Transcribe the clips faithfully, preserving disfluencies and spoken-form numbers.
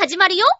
始まるよ。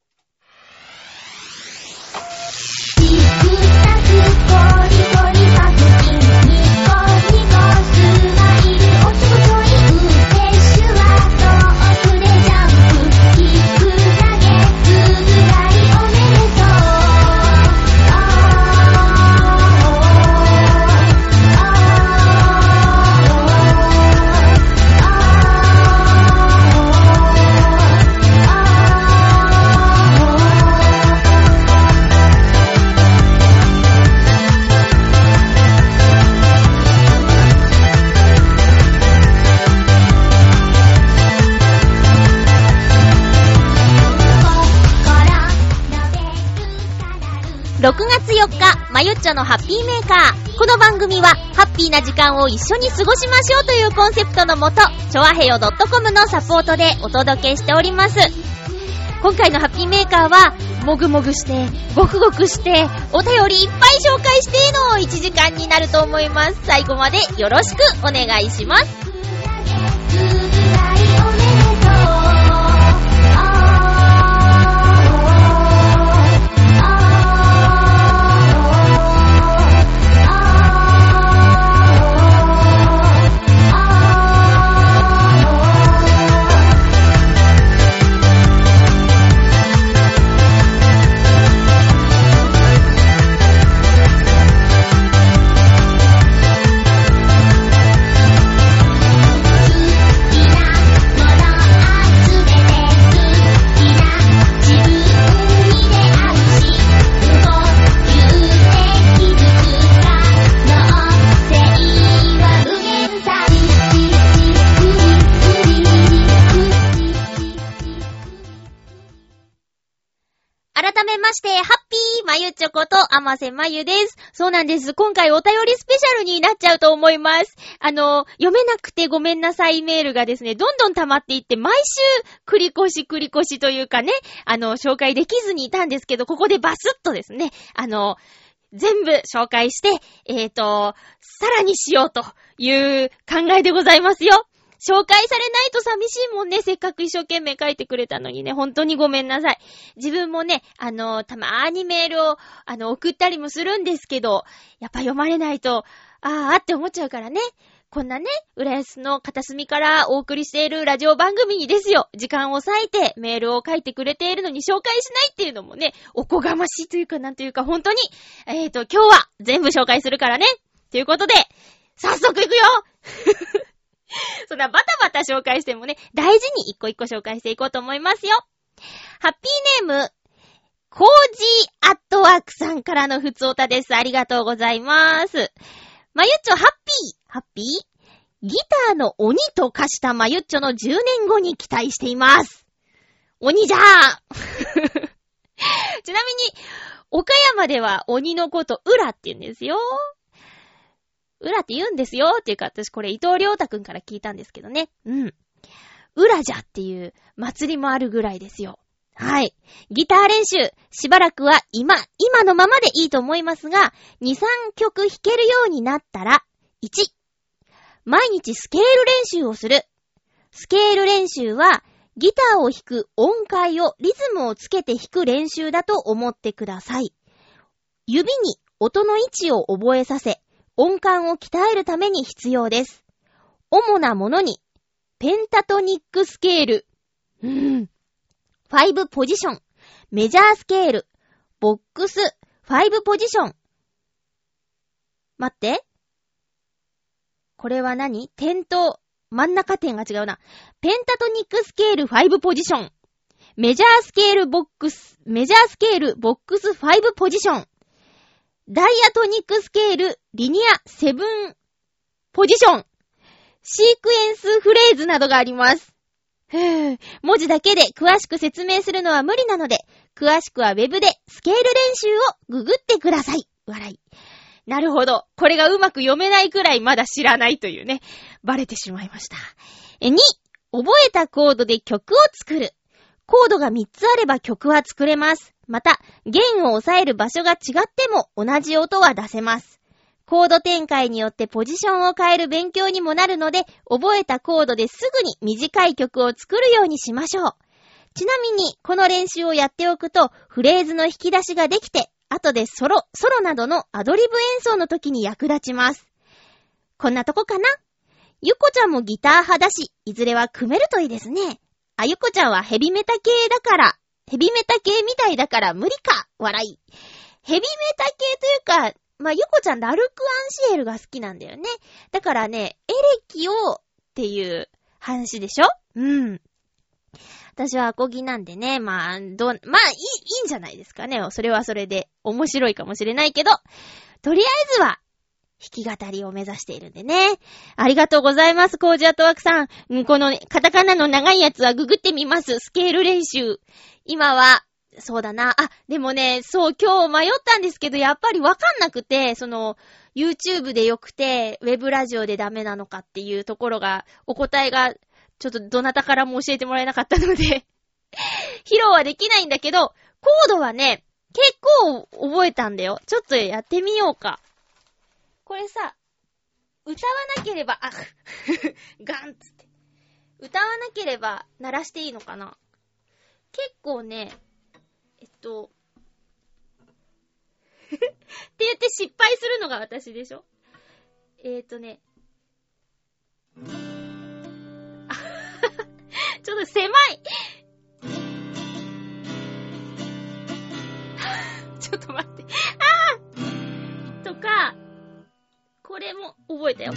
ろくがつよっか、まゆっちょのハッピーメーカー。この番組はハッピーな時間を一緒に過ごしましょうというコンセプトのもと、チョアヘヨ .com のサポートでお届けしております。今回のハッピーメーカーはもぐもぐしてごくごくしてお便りいっぱい紹介してのいちじかんになると思います。最後までよろしくお願いします。まゆちょことあませまゆです。そうなんです。今回お便りスペシャルになっちゃうと思います。あの、読めなくてごめんなさいメールがですね、どんどん溜まっていって、毎週繰り越し繰り越しというかね、あの、紹介できずにいたんですけど、ここでバスッとですね、あの、全部紹介して、えーと、さらにしようという考えでございますよ。紹介されないと寂しいもんね。せっかく一生懸命書いてくれたのにね、本当にごめんなさい。自分もね、あの、たまーにメールを、あの、送ったりもするんですけど、やっぱ読まれないと、あーって思っちゃうからね。こんなね、浦安の片隅からお送りしているラジオ番組にですよ、時間を割いてメールを書いてくれているのに紹介しないっていうのもね、おこがましいというかなんというか、本当に、えーと、今日は全部紹介するからね。ということで、早速いくよそんなバタバタ紹介してもね、大事に一個一個紹介していこうと思いますよ。ハッピーネーム、コージーアットワークさんからのふつおたです。ありがとうございます。まゆっちょハッピー、ハッピーギターの鬼と化したまゆっちょのじゅうねんごに期待しています。鬼じゃーちなみに、岡山では鬼のことウラって言うんですよ。ウラって言うんですよっていうか、私これ伊藤亮太くんから聞いたんですけどね。うん。ウラじゃっていう祭りもあるぐらいですよ。はい。ギター練習、しばらくは今、今のままでいいと思いますが、に、さんきょく弾けるようになったら、いち、毎日スケール練習をする。スケール練習は、ギターを弾く音階をリズムをつけて弾く練習だと思ってください。指に音の位置を覚えさせ、音感を鍛えるために必要です。主なものに、ペンタトニックスケール、うん、ファイブポジション、メジャースケール、ボックス、ファイブポジション。待って。これは何？点と真ん中点が違うな。ペンタトニックスケールファイブポジション。メジャースケールボックス、メジャースケールボックスファイブポジション。ダイアトニックスケールリニアセブンポジション。シークエンスフレーズなどがあります。ふぅ、文字だけで詳しく説明するのは無理なので、詳しくはウェブでスケール練習をググってください。笑い。なるほど。これがうまく読めないくらいまだ知らないというね。バレてしまいました。に、覚えたコードで曲を作る。コードがみっつあれば曲は作れます。また、弦を押さえる場所が違っても同じ音は出せます。コード展開によってポジションを変える勉強にもなるので、覚えたコードですぐに短い曲を作るようにしましょう。 ちなみに、この練習をやっておくと、フレーズの引き出しができて、後でソロ、ソロなどのアドリブ演奏の時に役立ちます。こんなとこかな？ゆこちゃんもギター派だし、いずれは組めるといいですね。あ、ゆこちゃんはヘビメタ系だから、ヘビメタ系みたいだから無理か、笑い。ヘビメタ系というか、まあ、ゆこちゃんラルク・アンシエルが好きなんだよね。だからね、エレキをっていう話でしょ？うん。私はアコギなんでね、まあ、どう、まあ、いい、いいんじゃないですかね。それはそれで面白いかもしれないけど、とりあえずは、弾き語りを目指しているんでね。ありがとうございます、コージアットワークさん。このカタカナの長いやつはググってみます。スケール練習。今は、そうだな。あ、でもね、そう、今日迷ったんですけど、やっぱりわかんなくて、その、YouTube でよくて、ウェブラジオでダメなのかっていうところが、お答えが、ちょっとどなたからも教えてもらえなかったので、披露はできないんだけど、コードはね、結構覚えたんだよ。ちょっとやってみようか。これさ、歌わなければ、あ、ガンっつって。歌わなければ鳴らしていいのかな？結構ね、えっと、って言って失敗するのが私でしょ？えーとね、ちょっと狭いちょっと待って。あーとか、これも覚えたよ。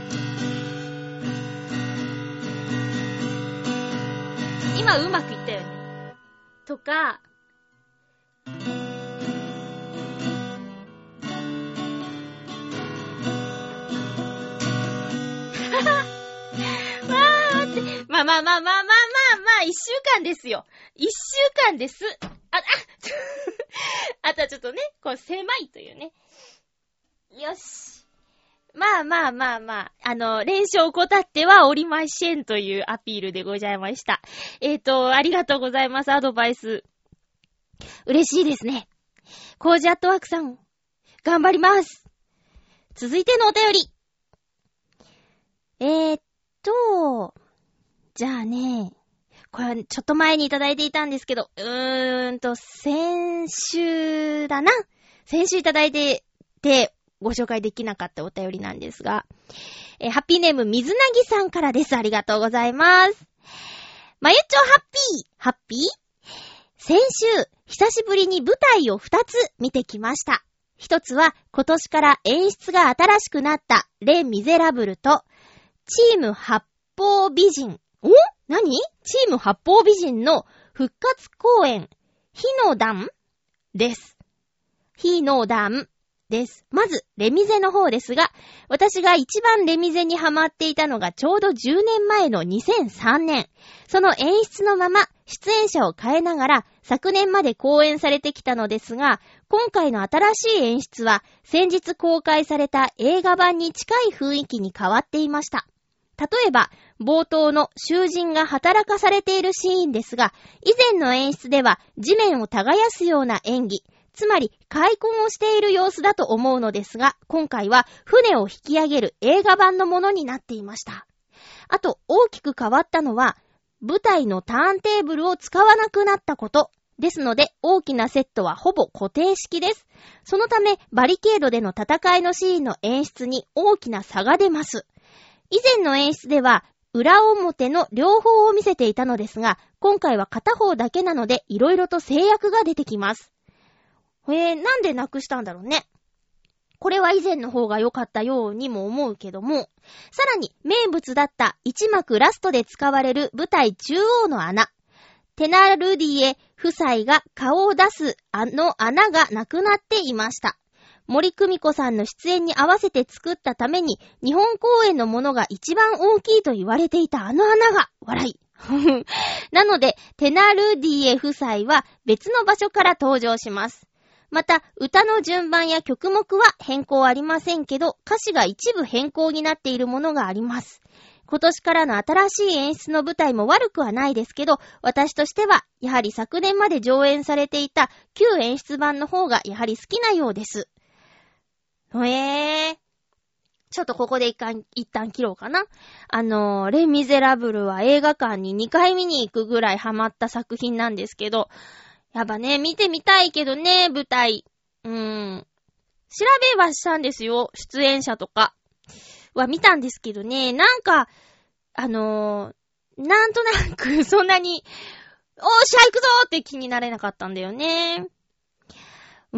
今うまくいったよね。とか、まあまあまあまあまあまあまあ、一週間ですよ。一週間です。あ、あ、あとはちょっとね、こう狭いというね。よし。まあまあまあまあ、あの、連勝を怠ってはおりませんというアピールでございました。えーと、ありがとうございます。アドバイス。嬉しいですね。コージアットワークさん、頑張ります。続いてのお便り。えーっと、じゃあね、これちょっと前にいただいていたんですけど、うーんと、先週だな。先週いただいてて、ご紹介できなかったお便りなんですが、えー、ハッピーネーム水なぎさんからです。ありがとうございます。まゆっちょハッピー、ハッピー？先週、久しぶりに舞台をふたつ見てきました。一つは今年から演出が新しくなったレ・ミゼラブルと、チーム八方美人。お？何？チーム八方美人の復活公演、火の団です。火の団です。まず、レミゼの方ですが、私が一番レミゼにハマっていたのがちょうどじゅうねんまえのにせんさんねん。その演出のまま、出演者を変えながら、昨年まで公演されてきたのですが、今回の新しい演出は、先日公開された映画版に近い雰囲気に変わっていました。例えば、冒頭の囚人が働かされているシーンですが、以前の演出では地面を耕すような演技、つまり開墾をしている様子だと思うのですが、今回は船を引き上げる映画版のものになっていました。あと、大きく変わったのは、舞台のターンテーブルを使わなくなったこと。ですので、大きなセットはほぼ固定式です。そのため、バリケードでの戦いのシーンの演出に大きな差が出ます。以前の演出では、裏表の両方を見せていたのですが、今回は片方だけなので、いろいろと制約が出てきます。えー、なんでなくしたんだろうね。これは以前の方が良かったようにも思うけども、さらに名物だった一幕ラストで使われる舞台中央の穴。テナルディエ夫妻が顔を出すあの穴がなくなっていました。森久美子さんの出演に合わせて作ったために、日本公演のものが一番大きいと言われていたあの穴が、笑い。なので、テナルディエ夫妻は別の場所から登場します。また、歌の順番や曲目は変更ありませんけど、歌詞が一部変更になっているものがあります。今年からの新しい演出の舞台も悪くはないですけど、私としては、やはり昨年まで上演されていた旧演出版の方がやはり好きなようです。へえー。 ちょっとここで一旦、一旦切ろうかな。あのー、レ・ミゼラブルは映画館ににかい見に行くぐらいハマった作品なんですけど、やっぱね、見てみたいけどね、舞台。うーん。調べはしたんですよ。出演者とかは見たんですけどね、なんか、あのー、なんとなくそんなに、おーしゃ行くぞーって気になれなかったんだよね。うん。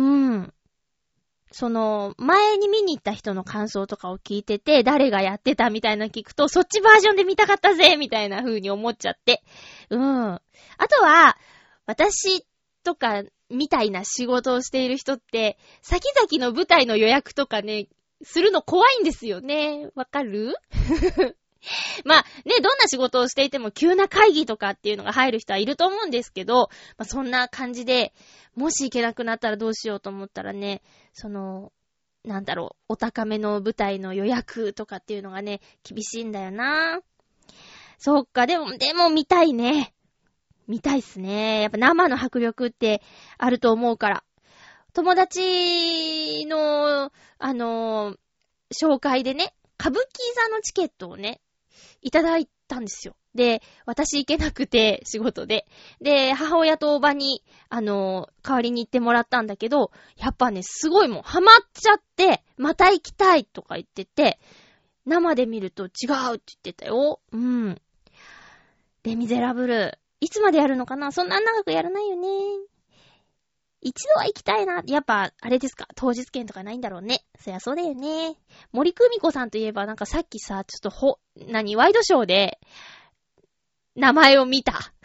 その、前に見に行った人の感想とかを聞いてて、誰がやってたみたいなの聞くと、そっちバージョンで見たかったぜみたいな風に思っちゃって。うん。あとは、私とかみたいな仕事をしている人って、先々の舞台の予約とかね、するの怖いんですよね。わかる？まあね、どんな仕事をしていても急な会議とかっていうのが入る人はいると思うんですけど、まあ、そんな感じで、もし行けなくなったらどうしようと思ったらね、その、なんだろう、お高めの舞台の予約とかっていうのがね、厳しいんだよな。そっか、でも、でも見たいね。見たいっすね。やっぱ生の迫力ってあると思うから。友達の、あのー、紹介でね、歌舞伎座のチケットをね、いただいたんですよ。で、私行けなくて、仕事で。で、母親とおばに、あのー、代わりに行ってもらったんだけど、やっぱね、すごいもう、ハマっちゃって、また行きたいとか言ってて、生で見ると違うって言ってたよ。うん。レ・ミゼラブル。いつまでやるのかな？そんな長くやらないよね。一度は行きたいな。やっぱ、あれですか、当日券とかないんだろうね。そりゃそうだよね。森久美子さんといえば、なんかさっきさ、ちょっとほ、何、ワイドショーで、名前を見た。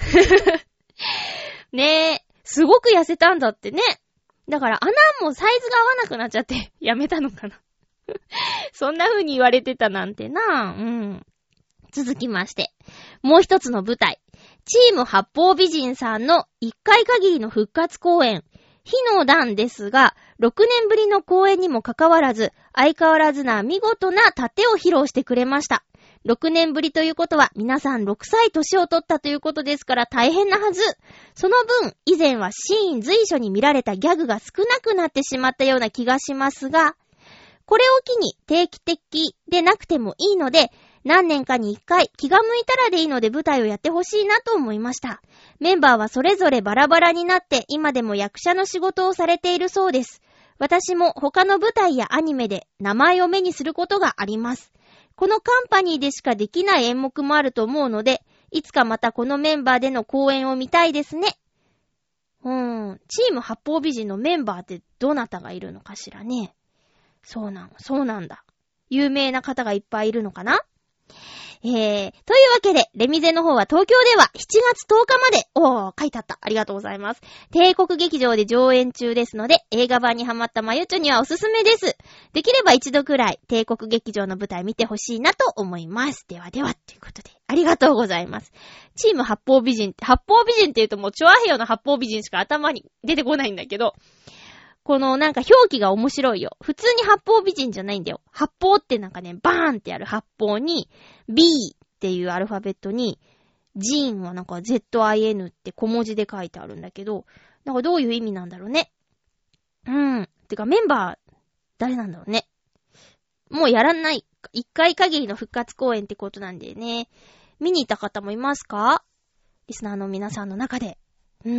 ねえ、すごく痩せたんだってね。だから、穴もサイズが合わなくなっちゃって、やめたのかな。そんな風に言われてたなんてな。うん。続きまして。もう一つの舞台。チーム八方美人さんの一回限りの復活公演。火の段ですが、ろくねんぶりの公演にもかかわらず、相変わらずな見事な盾を披露してくれました。ろくねんぶりということは、皆さんろくさい年を取ったということですから大変なはず。その分、以前はシーン随所に見られたギャグが少なくなってしまったような気がしますが、これを機に定期的でなくてもいいので、何年かに一回気が向いたらでいいので舞台をやってほしいなと思いました。メンバーはそれぞれバラバラになって今でも役者の仕事をされているそうです。私も他の舞台やアニメで名前を目にすることがあります。このカンパニーでしかできない演目もあると思うので、いつかまたこのメンバーでの公演を見たいですね。うーん、チーム八方美人のメンバーってどなたがいるのかしらね。そうなん、そうなんだ。有名な方がいっぱいいるのかな？えー、というわけで、レミゼの方は東京ではしちがつとおかまで、おー、書いてあった。ありがとうございます。帝国劇場で上演中ですので、映画版にハマったまゆちょにはおすすめです。できれば一度くらい、帝国劇場の舞台見てほしいなと思います。ではでは、ということで、ありがとうございます。チーム八方美人って、八方美人って言うともうチョアヘヨの八方美人しか頭に出てこないんだけど、このなんか表記が面白いよ。普通に八方美人じゃないんだよ。八方ってなんかね、バーンってやる八方に、B っていうアルファベットに、ジーンはなんか ゼットアイエヌ って小文字で書いてあるんだけど、なんかどういう意味なんだろうね。うん。てかメンバー、誰なんだろうね。もうやらない。一回限りの復活公演ってことなんでね。見に行った方もいますか？リスナーの皆さんの中で。うん。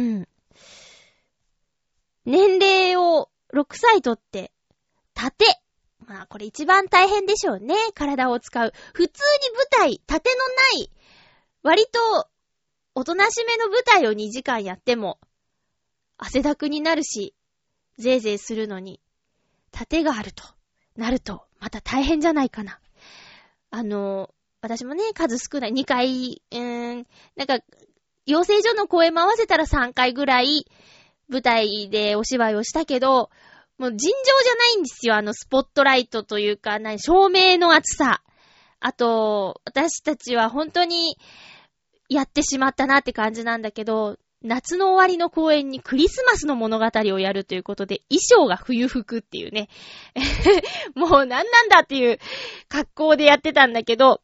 年齢をろくさいとって、盾。まあこれ一番大変でしょうね。体を使う。普通に舞台、盾のない、割とおとなしめの舞台をにじかんやっても、汗だくになるし、ぜいぜいするのに、盾があるとなると、また大変じゃないかな。あの、私もね、数少ない、にかい、うーん、なんか、養成所の公演も合わせたらさんかいぐらい、舞台でお芝居をしたけど、もう尋常じゃないんですよ。あのスポットライトというか、何、照明の厚さ。あと、私たちは本当にやってしまったなって感じなんだけど、夏の終わりの公演にクリスマスの物語をやるということで、衣装が冬服っていうね。もう何なんだっていう格好でやってたんだけど、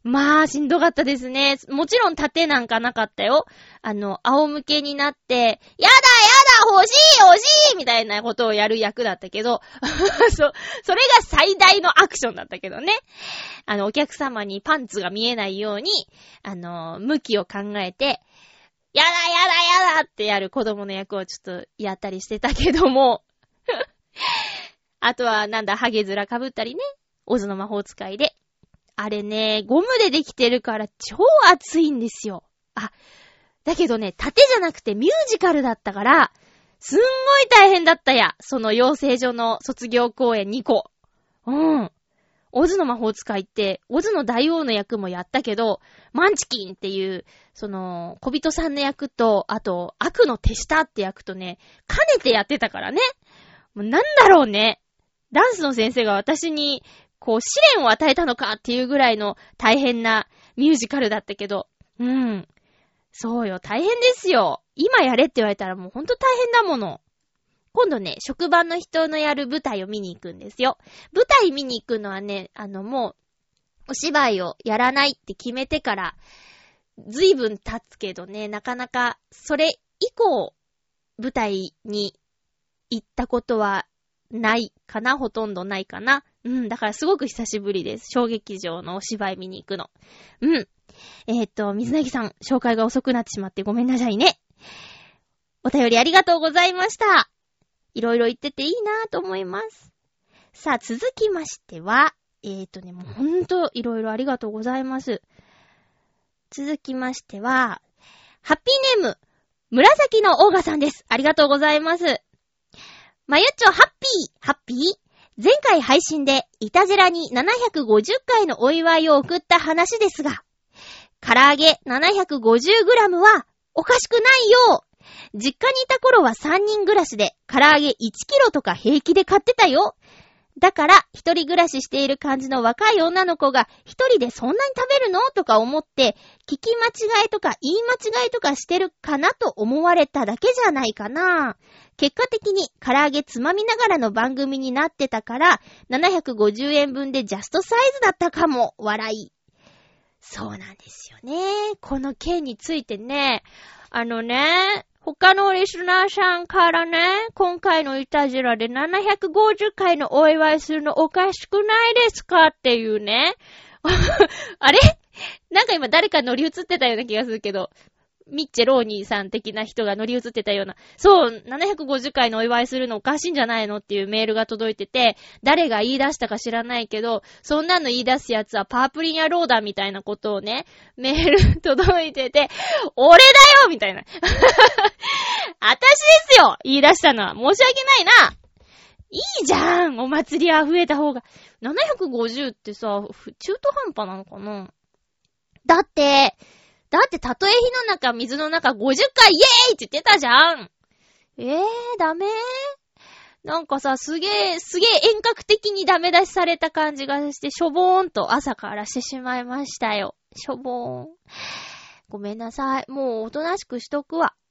まあ、しんどかったですね。もちろん盾なんかなかったよ。あの、仰向けになって、やだやだ欲しい欲しいみたいなことをやる役だったけど、そ、それが最大のアクションだったけどね。あの、お客様にパンツが見えないように、あの、向きを考えて、やだやだやだってやる子供の役をちょっとやったりしてたけども、あとはなんだ、ハゲ面被ったりね、オズの魔法使いで。あれね、ゴムでできてるから超熱いんですよ。あ、だけどね、盾じゃなくてミュージカルだったから、すんごい大変だったや。その養成所の卒業公演にこ。うん。オズの魔法使いって、オズの大王の役もやったけど、マンチキンっていう、その、小人さんの役と、あと、悪の手下って役とね、兼ねてやってたからね。もうなんだろうね。ダンスの先生が私に、こう、試練を与えたのかっていうぐらいの大変なミュージカルだったけど。うん。そうよ、大変ですよ。今やれって言われたらもうほんと大変だもの。今度ね、職場の人のやる舞台を見に行くんですよ。舞台見に行くのはね、あのもう、お芝居をやらないって決めてから、ずいぶん経つけどね、なかなか、それ以降、舞台に行ったことはないかな、ほとんどないかな。うん、だからすごく久しぶりです。小劇場のお芝居見に行くの。うん。えーっと、水なぎさん、紹介が遅くなってしまってごめんなさいね。お便りありがとうございました。いろいろ言ってていいなぁと思います。さあ、続きましては、えーっとね、もうほんといろいろありがとうございます。続きましては、ハッピーネーム、紫のオーガさんです。ありがとうございます。まゆっちょ、ハッピー、ハッピー前回配信でイタジェラにななひゃくごじゅっかいのお祝いを送った話ですが、唐揚げ ななひゃくごじゅうグラム はおかしくないよ。実家にいた頃はさんにん暮らしで唐揚げいちキロとか平気で買ってたよ。だから一人暮らししている感じの若い女の子が一人でそんなに食べるのとか思って聞き間違いとか言い間違いとかしてるかなと思われただけじゃないかな。結果的に唐揚げつまみながらの番組になってたからななひゃくごじゅうえんぶんでジャストサイズだったかも。笑い。そうなんですよね。この件についてね、あのね、他のリスナーさんからね、今回のイタジラでななひゃくごじゅっかいのお祝いするのおかしくないですかっていうね。あれなんか今誰か乗り移ってたような気がするけど、ミッチェローニーさん的な人が乗り移ってたような。そう、ななひゃくごじゅっかいのお祝いするのおかしいんじゃないのっていうメールが届いてて、誰が言い出したか知らないけど、そんなの言い出すやつはパープリン野郎だみたいなことをね、メール届いてて、俺だよみたいな。私ですよ言い出したのは。申し訳ないな。いいじゃんお祭りは増えた方が。ななひゃくごじゅうってさ、中途半端なのかな。だって、だってたとえ火の中、水の中ごじゅっかいイエーイって言ってたじゃん。えー、ダメ？なんかさ、すげー、すげー遠隔的にダメ出しされた感じがして、しょぼーんと朝からしてしまいましたよ。しょぼーん。ごめんなさい。もうおとなしくしとくわ。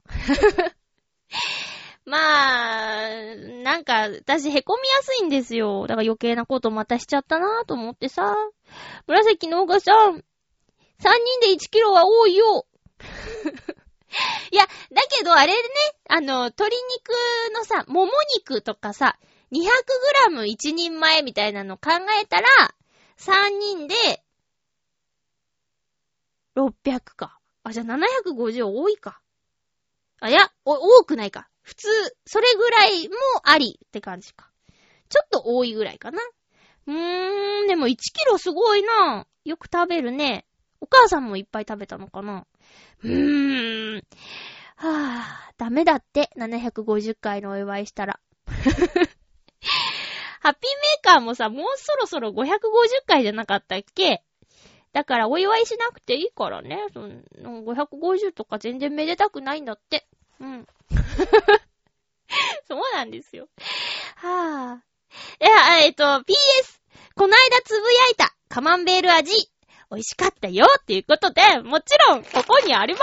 まあ、なんか、私へこみやすいんですよ。だから余計なことまたしちゃったなと思ってさ。紫のおがさん、さんにんでいちキロは多いよ。いや、だけどあれね、あの、鶏肉のさ、もも肉とかさ、にひゃくグラムいちにんまえみたいなの考えたら、さんにんで、ろっぴゃくか。あ、じゃあななひゃくごじゅう多いか。あ、いや、お、多くないか。普通、それぐらいもありって感じか。ちょっと多いぐらいかな。うーん、でもいちキロすごいな。よく食べるね。お母さんもいっぱい食べたのかな。うーん。はぁ、ダメだって。ななひゃくごじゅっかいのお祝いしたら。ハッピーメーカーもさ、もうそろそろごひゃくごじゅっかいじゃなかったっけ？だからお祝いしなくていいからね。そのごひゃくごじゅうとか全然めでたくないんだって。うん。そうなんですよ。はぁ。いや、えっと、ピーエス。こないだつぶやいたカマンベール味。美味しかったよっていうことで、もちろんここにあります。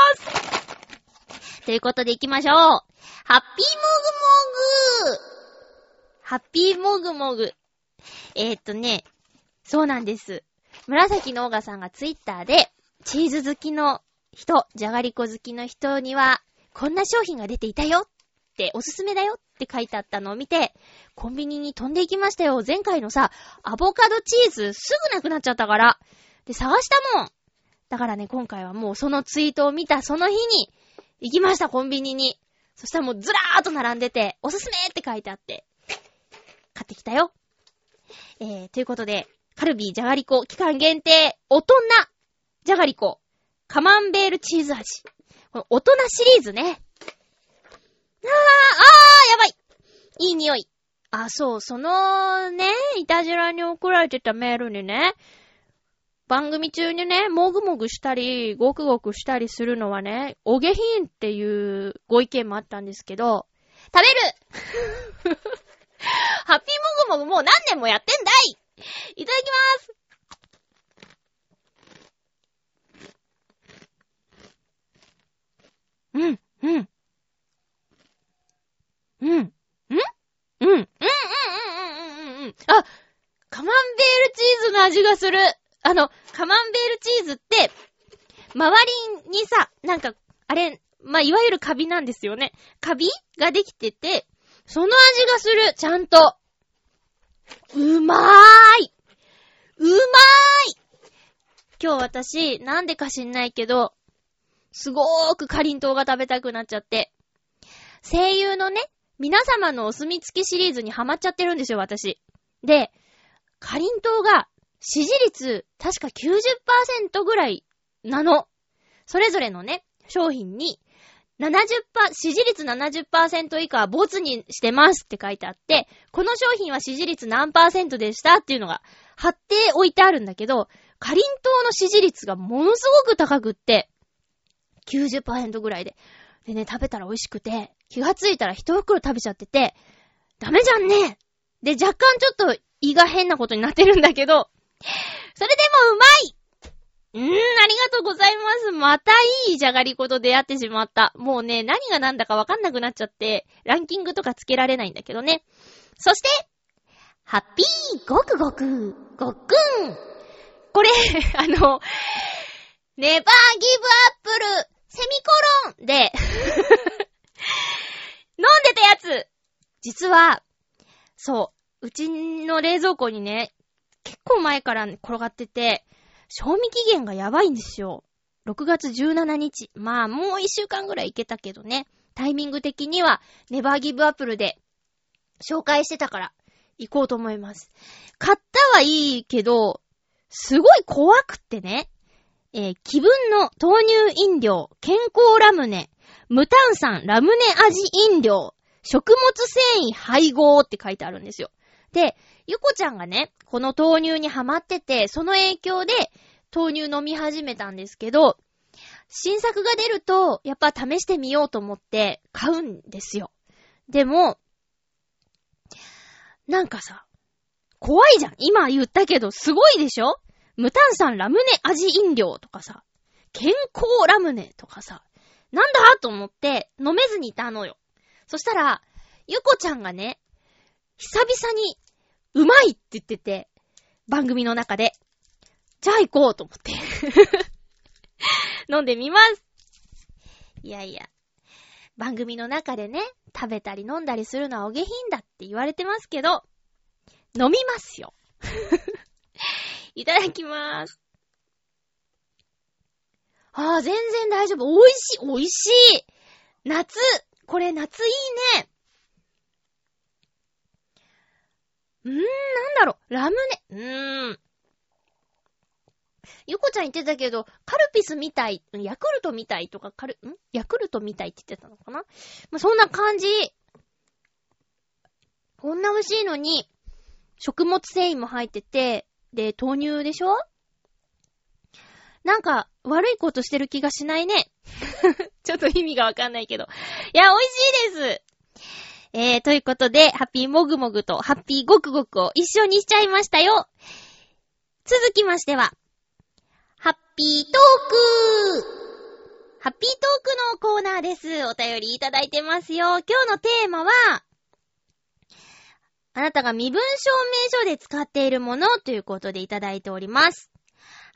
ということで行きましょう。ハッピーもぐもぐ。ハッピーもぐもぐ。えーっとね、そうなんです。 紫のオーガさんがツイッターで、チーズ好きの人、じゃがりこ好きの人には、こんな商品が出ていたよって、おすすめだよって書いてあったのを見て、コンビニに飛んでいきましたよ。前回のさ、アボカドチーズすぐなくなっちゃったから。で、探したもん。だからね、今回はもうそのツイートを見たその日に、行きました、コンビニに。そしたらもうずらーっと並んでて、おすすめって書いてあって、買ってきたよ。えー、ということで、カルビーじゃがりこ期間限定、大人じゃがりこ、カマンベールチーズ味。この大人シリーズね。あー、あー、やばい。いい匂い。あ、そう、そのね、いたじらに送られてたメールにね、番組中にね、もぐもぐしたり、ごくごくしたりするのはね、お下品っていうご意見もあったんですけど、食べるハッピーもぐもぐもう何年もやってんだい。いただきます。うん、うん。うん。うん。うん、うん、うん、うん、うん、うん、うん。あ、カマンベールチーズの味がする。あの、カマンベールチーズって、周りにさ、なんか、あれ、まあ、いわゆるカビなんですよね。カビができてて、その味がする、ちゃんと。うまーいうまーい今日私、なんでか知んないけど、すごーくかりんとうが食べたくなっちゃって。声優のね、皆様のお墨付きシリーズにハマっちゃってるんですよ、私。で、かりんとうが、支持率、確か きゅうじゅっパーセント ぐらいなの。それぞれのね、商品に、ななじゅっパーセント、支持率 ななじゅっパーセント 以下はボツにしてますって書いてあって、この商品は支持率何パーセントでしたっていうのが貼っておいてあるんだけど、かりんとうの支持率がものすごく高くって、きゅうじゅっパーセント ぐらいで。でね、食べたら美味しくて、気がついたら一袋食べちゃってて、ダメじゃんね。で、若干ちょっと胃が変なことになってるんだけど、それでもうまいうーん、ありがとうございます。またいいじゃがりこと出会ってしまった。もうね、何が何だかわかんなくなっちゃって、ランキングとかつけられないんだけどね。そして、ハッピーごくごく、ごっくん。これ、あの、ネバーギブアップル、セミコロンで、飲んでたやつ。実は、そう、うちの冷蔵庫にね、結構前から転がってて、賞味期限がやばいんですよ。ろくがつじゅうしちにち。まあ、もういっしゅうかんぐらいいけたけどね。タイミング的には、ネバーギブアップルで紹介してたから、行こうと思います。買ったはいいけど、すごい怖くってね。えー、気分の豆乳飲料、健康ラムネ、無炭酸ラムネ味飲料、食物繊維配合って書いてあるんですよ。で、ゆこちゃんがね、この豆乳にハマってて、その影響で豆乳飲み始めたんですけど、新作が出ると、やっぱ試してみようと思って買うんですよ。でも、なんかさ、怖いじゃん。今言ったけど、すごいでしょ？無炭酸ラムネ味飲料とかさ、健康ラムネとかさ、なんだと思って飲めずにいたのよ。そしたら、ゆこちゃんがね、久々にうまいって言ってて、番組の中で、じゃあ行こうと思って飲んでみます。いやいや、番組の中でね、食べたり飲んだりするのはお下品だって言われてますけど、飲みますよいただきます。あー、全然大丈夫。美味しい、美味しい。夏、これ夏いいね。うーん、なんだろう。ラムネ、うーん。ゆこちゃん言ってたけど、カルピスみたい、ヤクルトみたいとか、カル、んヤクルトみたいって言ってたのかな？まあ、そんな感じ。こんな美味しいのに、食物繊維も入ってて、で、豆乳でしょ？なんか、悪いことしてる気がしないね。ちょっと意味がわかんないけど。いや、美味しいです。えー、ということで、ハッピーもぐもぐとハッピーごくごくを一緒にしちゃいましたよ。続きましては、ハッピートークハッピートークのコーナーです。お便りいただいてますよ。今日のテーマは、あなたが身分証明書で使っているものということでいただいております。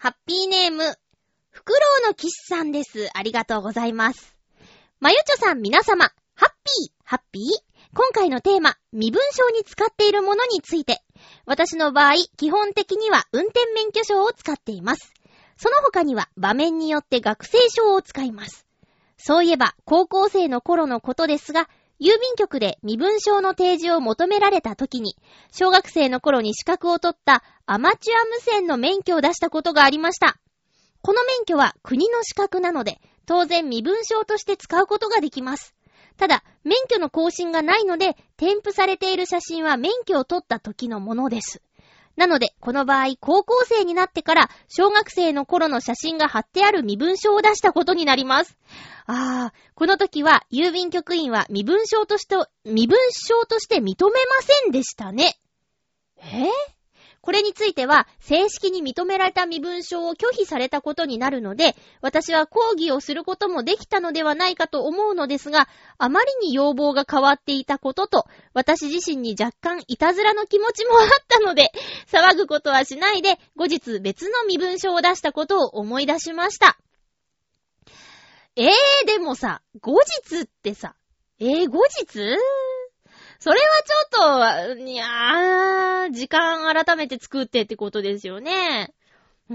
ハッピーネーム、フクロウの騎士さんです。ありがとうございます。まゆちょさん皆様、ハッピー、ハッピー。今回のテーマ、身分証に使っているものについて。私の場合、基本的には運転免許証を使っています。その他には場面によって学生証を使います。そういえば、高校生の頃のことですが、郵便局で身分証の提示を求められた時に、小学生の頃に資格を取ったアマチュア無線の免許を出したことがありました。この免許は国の資格なので、当然身分証として使うことができます。ただ、免許の更新がないので、添付されている写真は免許を取った時のものです。なので、この場合、高校生になってから、小学生の頃の写真が貼ってある身分証を出したことになります。ああ、この時は、郵便局員は身分証として、身分証として認めませんでしたね。えーこれについては、正式に認められた身分証を拒否されたことになるので、私は抗議をすることもできたのではないかと思うのですが、あまりに要望が変わっていたことと、私自身に若干いたずらの気持ちもあったので、騒ぐことはしないで、後日別の身分証を出したことを思い出しました。えー、でもさ、後日ってさ、えー、後日それはちょっと、いやー、時間改めて作ってってことですよね。うん。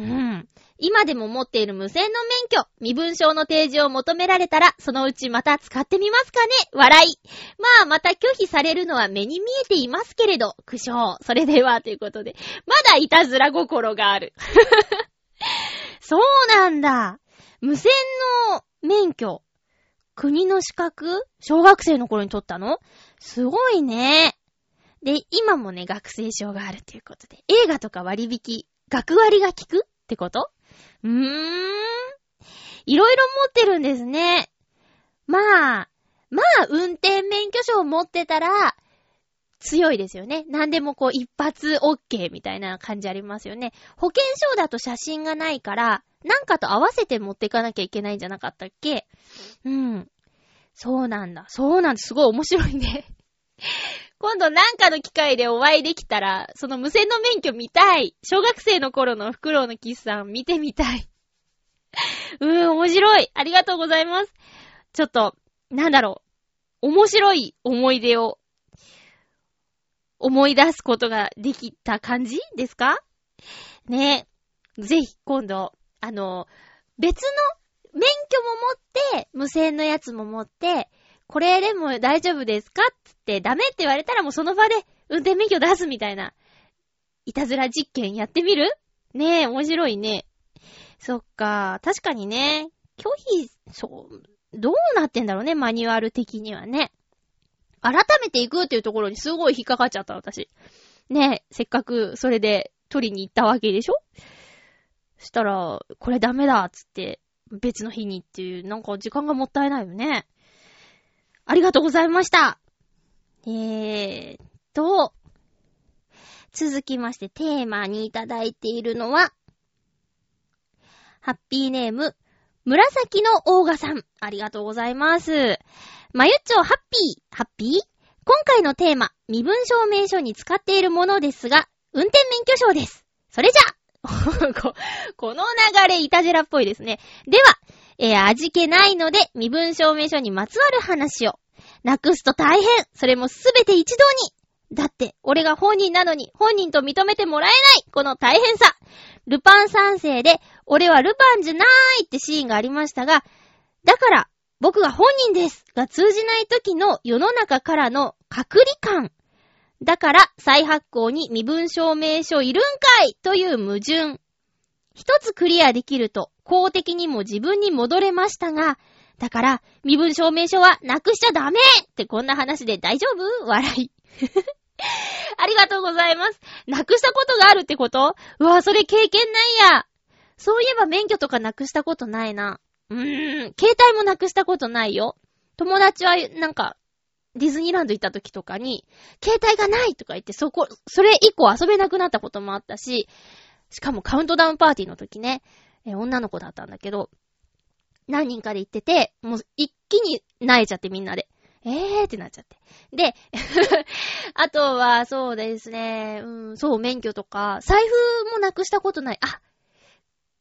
今でも持っている無線の免許、身分証の提示を求められたら、そのうちまた使ってみますかね。笑い。まあ、また拒否されるのは目に見えていますけれど、苦笑。それでは、ということで。まだいたずら心がある。そうなんだ。無線の免許。国の資格？小学生の頃に取ったの？すごいね。で、今もね、学生証があるということで。映画とか割引、学割が効くってこと？うーん。いろいろ持ってるんですね。まあ、まあ、運転免許証を持ってたら、強いですよね。何でもこう、一発 OK みたいな感じありますよね。保険証だと写真がないから、なんかと合わせて持っていかなきゃいけないんじゃなかったっけ？うん。そうなんだ。そうなんだ。すごい面白いね。今度なんかの機会でお会いできたら、その無線の免許見たい。小学生の頃のフクロウのキスさん見てみたい。うーん、面白い。ありがとうございます。ちょっと、なんだろう。面白い思い出を思い出すことができた感じですか？ねえ。ぜひ今度、あの、別の免許も持って、無線のやつも持って、これでも大丈夫ですかつってダメって言われたらもうその場で運転免許出すみたいな、いたずら実験やってみる？ねえ、面白いね。そっか、確かにね、拒否、そう、どうなってんだろうね、マニュアル的にはね。改めていくっていうところにすごい引っかかっちゃった、私。ねえ、せっかくそれで取りに行ったわけでしょ？したら、これダメだっつって、別の日にっていう、なんか時間がもったいないよね。ありがとうございました。えーと、続きましてテーマにいただいているのは、ハッピーネーム、紫のオーガさん。ありがとうございます。まゆっちょハッピー、ハッピー？今回のテーマ、身分証明書に使っているものですが、運転免許証です。それじゃこ, この流れいたじらっぽいですね。では、えー、味気ないので身分証明書にまつわる話を。なくすと大変。それもすべて一度に。だって俺が本人なのに本人と認めてもらえない。この大変さ。ルパン三世で俺はルパンじゃないってシーンがありましたが、だから僕が本人ですが通じない時の世の中からの隔離感。だから再発行に身分証明書いるんかいという矛盾。一つクリアできると公的にも自分に戻れましたが、だから身分証明書はなくしちゃダメってこんな話で大丈夫？笑い。ありがとうございます。なくしたことがあるってこと？うわ、それ経験ないや。そういえば免許とかなくしたことないな。うーん、携帯もなくしたことないよ。友達はなんか、ディズニーランド行った時とかに、携帯がないとか言って、そこ、それ以降遊べなくなったこともあったし、しかもカウントダウンパーティーの時ね、えー、女の子だったんだけど、何人かで行ってて、もう一気に萎えちゃってみんなで。えーってなっちゃって。で、あとはそうですね、うん、そう、免許とか、財布もなくしたことない。あ、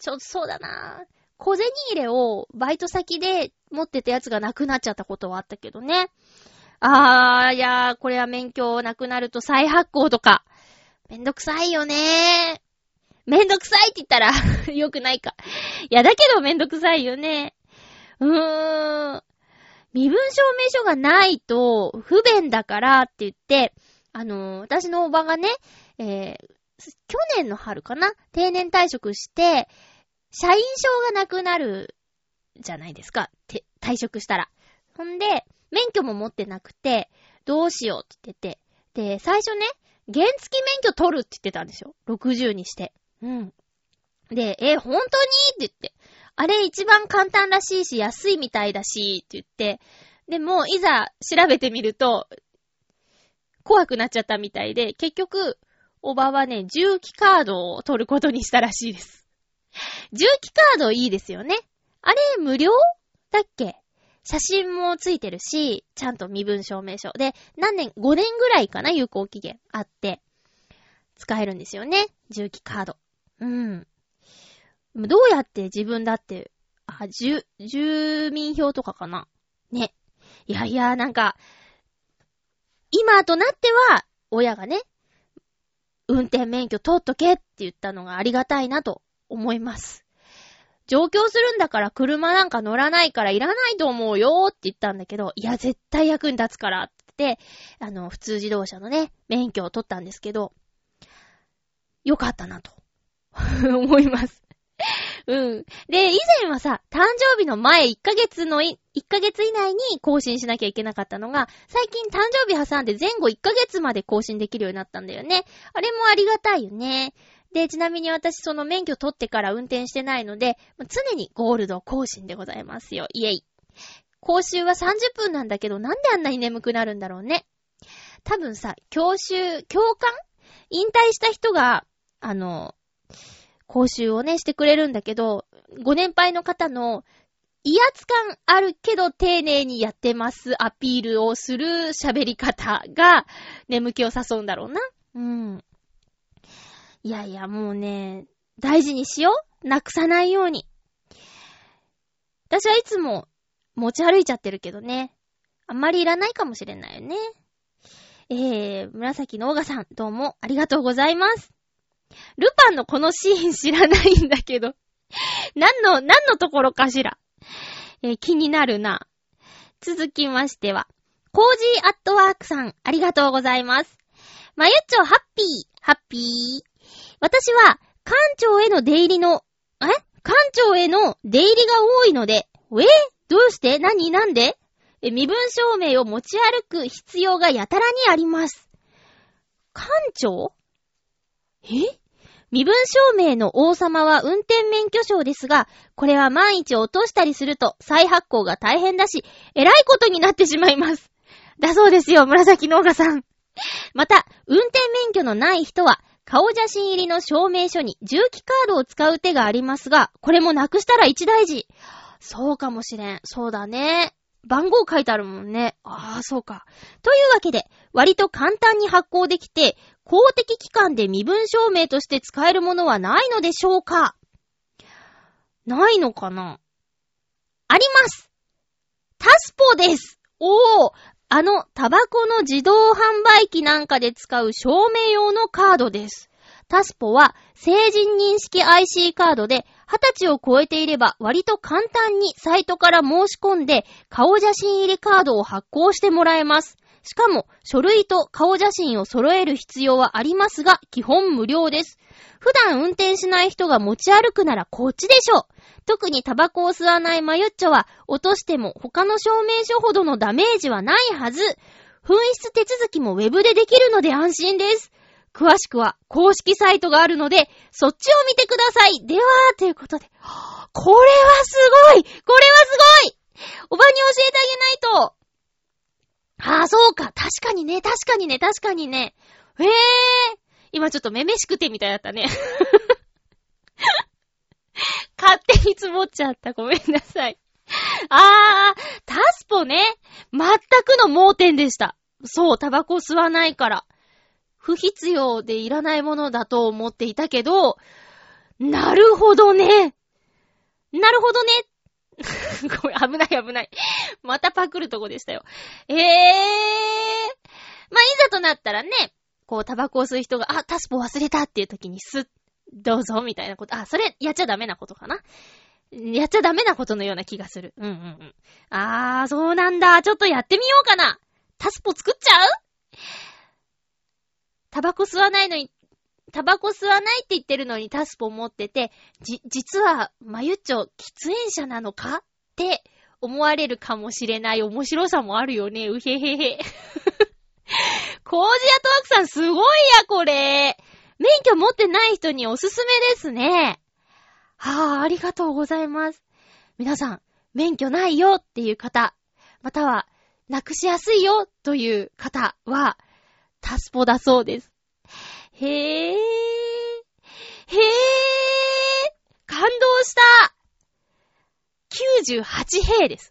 ちょっとそうだな。小銭入れをバイト先で持ってたやつがなくなっちゃったことはあったけどね。あー、いやー、これは免許なくなると再発行とか。めんどくさいよねー。めんどくさいって言ったらよくないか。いや、だけどめんどくさいよね。うーん。身分証明書がないと不便だからって言って、あのー、私のおばがね、えー、去年の春かな、定年退職して、社員証がなくなるじゃないですか。て退職したら。ほんで、免許も持ってなくて、どうしようって言ってて、で、最初ね、原付免許取るって言ってたんですよ。ろくじゅうにして。うん。で、え、本当にって言って。あれ一番簡単らしいし、安いみたいだし、って言って。でも、いざ調べてみると、怖くなっちゃったみたいで、結局、おばはね、重機カードを取ることにしたらしいです。重機カードいいですよね。あれ、無料だっけ？写真もついてるし、ちゃんと身分証明書。で、何年、ごねんぐらいかな、有効期限あって、使えるんですよね。重機カード。うん。どうやって自分だって、あ、住、住民票とかかな。ね。いやいや、なんか、今となっては、親がね、運転免許取っとけって言ったのがありがたいなと思います。上京するんだから車なんか乗らないからいらないと思うよって言ったんだけど、いや絶対役に立つからって、あの、普通自動車のね、免許を取ったんですけど、よかったなと思います。うん。で、以前はさ、誕生日の前いっかげつのい、いっかげつ以内に更新しなきゃいけなかったのが、最近誕生日挟んで前後いっかげつまで更新できるようになったんだよね。あれもありがたいよね。で、ちなみに私その免許取ってから運転してないので、常にゴールド更新でございますよ。イエイ。講習はさんじゅっぷんなんだけど、なんであんなに眠くなるんだろうね。多分さ、教習、教官？引退した人が、あの、講習をね、してくれるんだけど、ご年配の方の威圧感あるけど丁寧にやってますアピールをする喋り方が眠気を誘うんだろうな。うん。いやいや、もうね、大事にしよう。なくさないように。私はいつも持ち歩いちゃってるけどね。あんまりいらないかもしれないよね。えー、紫のオガさん、どうもありがとうございます。ルパンのこのシーン知らないんだけど。何の、何のところかしら。えー、気になるな。続きましては、コージーアットワークさん、ありがとうございます。まゆっちょ、ハッピー、ハッピー。私は、館長への出入りの、え館長への出入りが多いので、えどうして何なんでえ身分証明を持ち歩く必要がやたらにあります。館長え身分証明の王様は運転免許証ですが、これは万一落としたりすると再発行が大変だし、えらいことになってしまいます。だそうですよ、紫のオガさん。また、運転免許のない人は、顔写真入りの証明書に重機カードを使う手がありますが、これもなくしたら一大事。そうかもしれん。そうだね。番号書いてあるもんね。ああ、そうか。というわけで、割と簡単に発行できて、公的機関で身分証明として使えるものはないのでしょうか？ないのかな？あります。タスポです。おー、あのタバコの自動販売機なんかで使う証明用のカードです。タスポは成人認識 アイシー カードではたちを超えていれば割と簡単にサイトから申し込んで顔写真入りカードを発行してもらえます。しかも書類と顔写真を揃える必要はありますが基本無料です。普段運転しない人が持ち歩くならこっちでしょ。特にタバコを吸わないマユッチョは落としても他の証明書ほどのダメージはないはず。紛失手続きもウェブでできるので安心です。詳しくは公式サイトがあるのでそっちを見てください。ではということで、これはすごい、これはすごい。おばに教えてあげないと。ああ、そうか、確かにね、確かにね、確かにね。へえ、今ちょっとめめしくてみたいだったね。勝手に積もっちゃった。ごめんなさい。あー、タスポね。全くの盲点でした。そう、タバコ吸わないから。不必要でいらないものだと思っていたけど、 なるほどね。なるほどね。ごめん、危ない危ない。またパクるとこでしたよ。ええー。まあ、いざとなったらね、こう、タバコを吸う人が、あ、タスポ忘れたっていう時にスッ、どうぞ、みたいなこと。あ、それ、やっちゃダメなことかな。やっちゃダメなことのような気がする。うんうんうん。あー、そうなんだ。ちょっとやってみようかな。タスポ作っちゃう？タバコ吸わないのに、タバコ吸わないって言ってるのにタスポ持ってて、じ、実は、まゆっちょ、喫煙者なのかって思われるかもしれない面白さもあるよね。うへへへ。コージアトワークさんすごいや、これ。免許持ってない人におすすめですね。はぁ、ありがとうございます。皆さん、免許ないよっていう方、または、なくしやすいよという方は、タスポだそうです。へぇー。へぇー。感動した。きゅうじゅうはちへいです。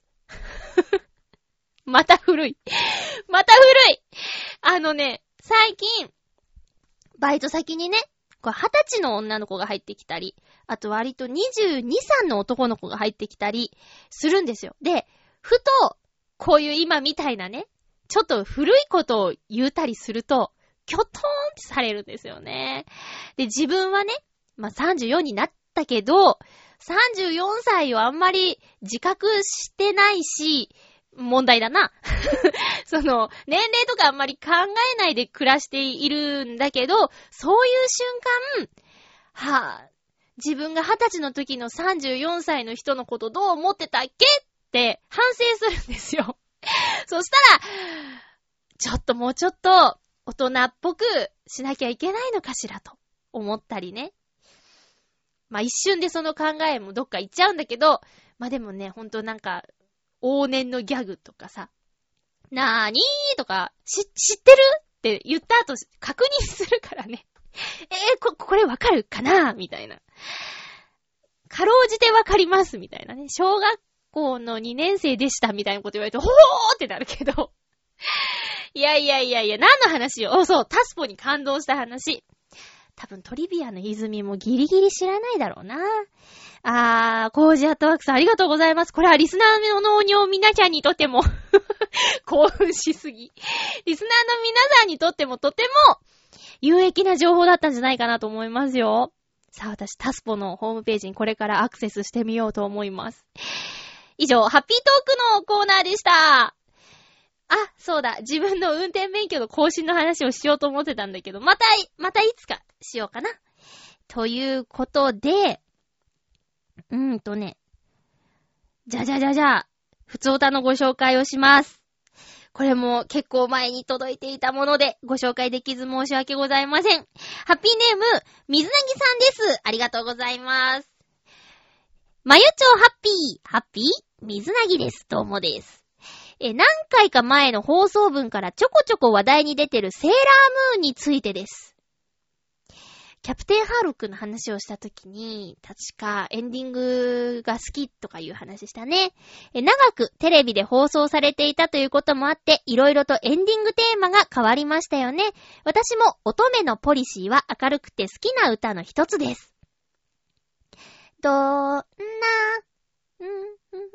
また古い。また古い。あのね、最近、バイト先にね、これはたちの女の子が入ってきたり、あと割とにじゅうに、さんの男の子が入ってきたりするんですよ。で、ふと、こういう今みたいなね、ちょっと古いことを言うたりすると、キョトーンってされるんですよね。で、自分はね、まあ、さんじゅうよんになったけど、さんじゅうよんさいをあんまり自覚してないし、問題だな。その、年齢とかあんまり考えないで暮らしているんだけど、そういう瞬間、はぁ、自分がはたちの時のさんじゅうよんさいの人のことどう思ってたっけって反省するんですよ。そしたら、ちょっともうちょっと大人っぽくしなきゃいけないのかしらと思ったりね。まあ一瞬でその考えもどっか行っちゃうんだけど、まあでもね、ほんとなんか、往年のギャグとかさ、なーにーとか、し、知ってるって言った後確認するからね。えー、こ、これわかるかなみたいな。かろうじてわかりますみたいなね。小学校のにねん生でしたみたいなこと言われて、ほーってなるけど。いやいやいやいや、何の話よ。お、そう、タスポに感動した話。多分トリビアの泉もギリギリ知らないだろうな。あー、コージアットワークさんありがとうございます。これはリスナーのにょ皆ちゃんにとっても興奮しすぎ。リスナーの皆さんにとってもとても有益な情報だったんじゃないかなと思いますよ。さあ私タスポのホームページにこれからアクセスしてみようと思います。以上、ハッピートークのコーナーでした。あ、そうだ。自分の運転免許の更新の話をしようと思ってたんだけど、また、またいつかしようかな。ということで、うーんとね、じゃじゃじゃじゃ、ふつおたのご紹介をします。これも結構前に届いていたもので、ご紹介できず申し訳ございません。ハッピーネーム、水なぎさんです。ありがとうございます。まゆちょハッピー、ハッピー、水なぎです。どうもです。え、何回か前の放送分からちょこちょこ話題に出てるセーラームーンについてです。キャプテンハーロックの話をしたときに、確かエンディングが好きとかいう話したね。え、長くテレビで放送されていたということもあって、いろいろとエンディングテーマが変わりましたよね。私も乙女のポリシーは明るくて好きな歌の一つです。どんな、うん、うん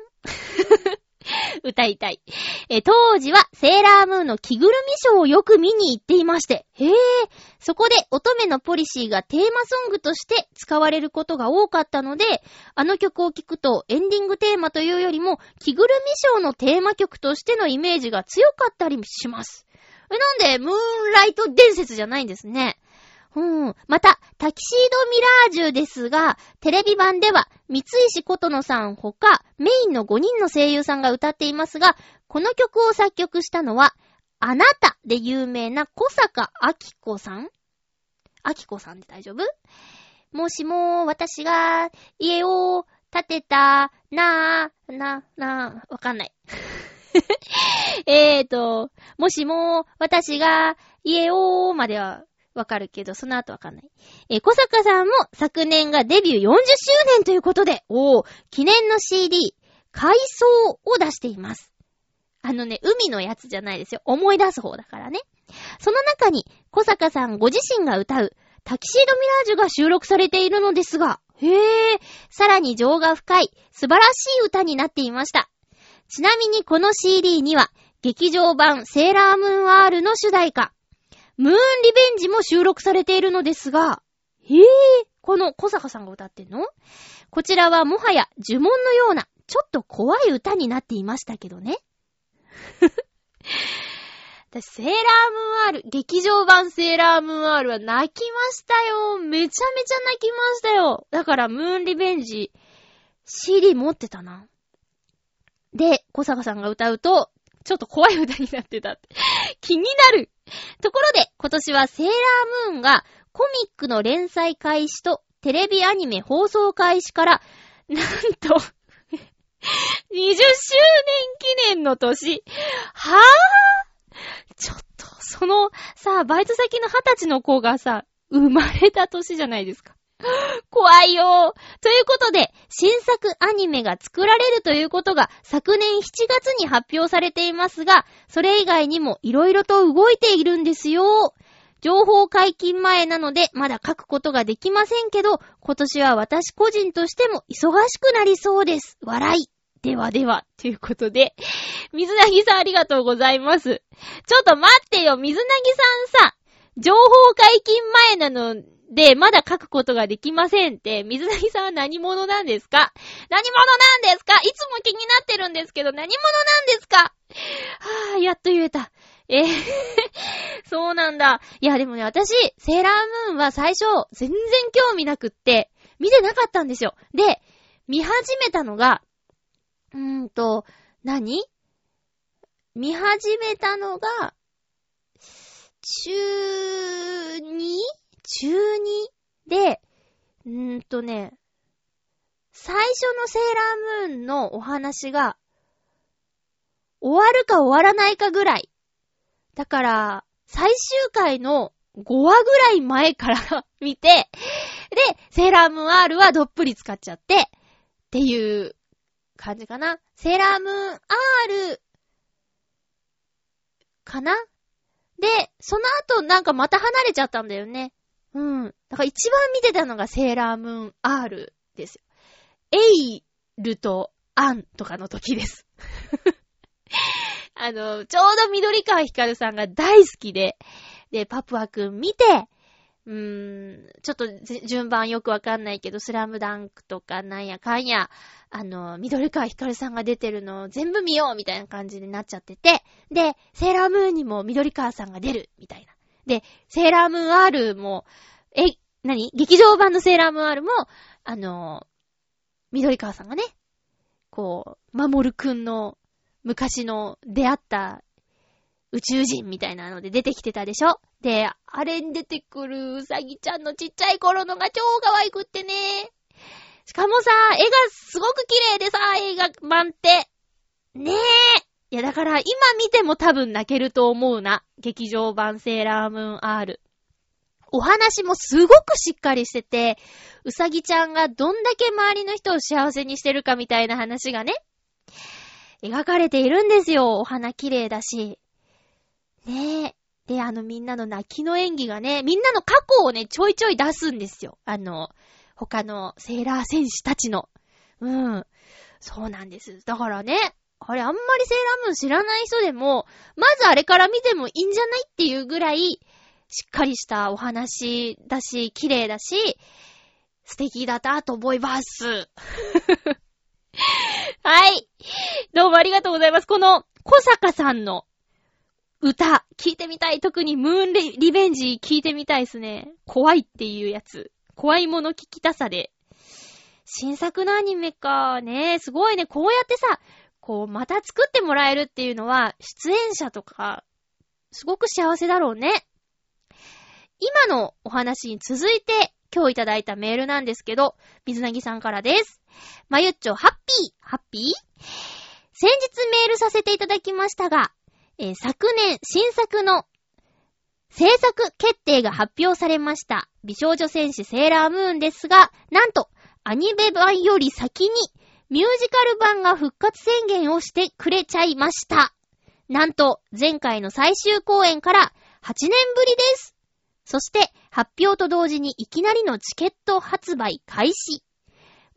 歌いたい。え、当時はセーラームーンの着ぐるみショーをよく見に行っていまして。へぇー。そこで乙女のポリシーがテーマソングとして使われることが多かったので、あの曲を聴くとエンディングテーマというよりも着ぐるみショーのテーマ曲としてのイメージが強かったりします。え、なんでムーンライト伝説じゃないんですね。うん。また、タキシードミラージュですが、テレビ版では、三石琴乃さんほか、メインのごにんの声優さんが歌っていますが、この曲を作曲したのは、あなたで有名な小坂明子さん？明子さんで大丈夫？もしも、私が、家を建てた、なぁ、な、な、わかんない。えーと、もしも、私が、家をまでは、わかるけど、その後わかんない。えー、小坂さんも昨年がデビューよんじゅっしゅうねんということで、おー、記念の シーディー、回想を出しています。あのね、海のやつじゃないですよ。思い出す方だからね。その中に、小坂さんご自身が歌う、タキシードミラージュが収録されているのですが、 へえ、さらに情が深い素晴らしい歌になっていました。ちなみにこの シーディー には劇場版セーラームーン R の主題歌ムーンリベンジも収録されているのですが、へえ、この小坂さんが歌ってんの？こちらはもはや呪文のようなちょっと怖い歌になっていましたけどね。私セーラームーン R、劇場版セーラームーン R は泣きましたよ。めちゃめちゃ泣きましたよ。だからムーンリベンジ シーディー 持ってたな。で、小坂さんが歌うとちょっと怖い歌になってたって気になる。ところで今年はセーラームーンがコミックの連載開始とテレビアニメ放送開始からなんとにじゅっしゅうねん記念の年。はぁ、ちょっと、その、さ、バイト先の二十歳の子がさ、生まれた年じゃないですか。怖いよ。ということで、新作アニメが作られるということが昨年しちがつに発表されていますが、それ以外にも色々と動いているんですよ。情報解禁前なのでまだ書くことができませんけど、今年は私個人としても忙しくなりそうです。笑い。ではでは、ということで、水なぎさんありがとうございます。ちょっと待ってよ、水なぎさんさ、情報解禁前なので、まだ書くことができませんって、水なぎさんは何者なんですか？何者なんですか？いつも気になってるんですけど、何者なんですか？はぁ、やっと言えた。えー、そうなんだ。いや、でもね、私、セーラームーンは最初、全然興味なくって、見てなかったんですよ。で、見始めたのが、うーんと、何？見始めたのが、中 に？ 中 に? で、うーんとね、最初のセーラームーンのお話が、終わるか終わらないかぐらい。だから、最終回のごわぐらい前から見て、で、セーラームーン R はどっぷり使っちゃって、っていう感じかな。セーラームーン R かな？で、その後なんかまた離れちゃったんだよね。うん。だから一番見てたのがセーラームーン R ですよ。エイルとアンとかの時です。あの、ちょうど緑川ひかるさんが大好きで、で、パプアくん見て、うーん、ちょっと順番よくわかんないけど、スラムダンクとかなんやかんや、あの、緑川ひかるさんが出てるのを全部見ようみたいな感じになっちゃってて、で、セーラームーンにも緑川さんが出るみたいな。で、セーラームーン R も、え、何？劇場版のセーラームーン R も、あの、緑川さんがね、こう、守るくんの昔の出会った宇宙人みたいなので出てきてたでしょ？で、あれに出てくるうさぎちゃんのちっちゃい頃のが超可愛くってね。しかもさ、絵がすごく綺麗でさ、映画版って。ねえ。いやだから今見ても多分泣けると思うな。劇場版セーラームーン R。お話もすごくしっかりしてて、うさぎちゃんがどんだけ周りの人を幸せにしてるかみたいな話がね、描かれているんですよ。お花綺麗だし。ねえ。で、あのみんなの泣きの演技がね、みんなの過去をね、ちょいちょい出すんですよ。あの、他のセーラー戦士たちの。うん。そうなんです。だからね、あれあんまりセーラームーン知らない人でも、まずあれから見てもいいんじゃないっていうぐらい、しっかりしたお話だし、綺麗だし、素敵だったと思います。はい。どうもありがとうございます。この小坂さんの歌、聞いてみたい。特にムーンリ、リベンジ聞いてみたいですね。怖いっていうやつ。怖いもの聞きたさで。新作のアニメかね。すごいね。こうやってさ、こうまた作ってもらえるっていうのは、出演者とか、すごく幸せだろうね。今のお話に続いて、今日いただいたメールなんですけど、水なぎさんからです。まゆっちょ、ハッピーハッピー先日メールさせていただきましたが、えー、昨年新作の制作決定が発表されました。美少女戦士セーラームーンですが、なんとアニメ版より先にミュージカル版が復活宣言をしてくれちゃいました。なんと前回の最終公演からはちねんぶりです。そして発表と同時にいきなりのチケット発売開始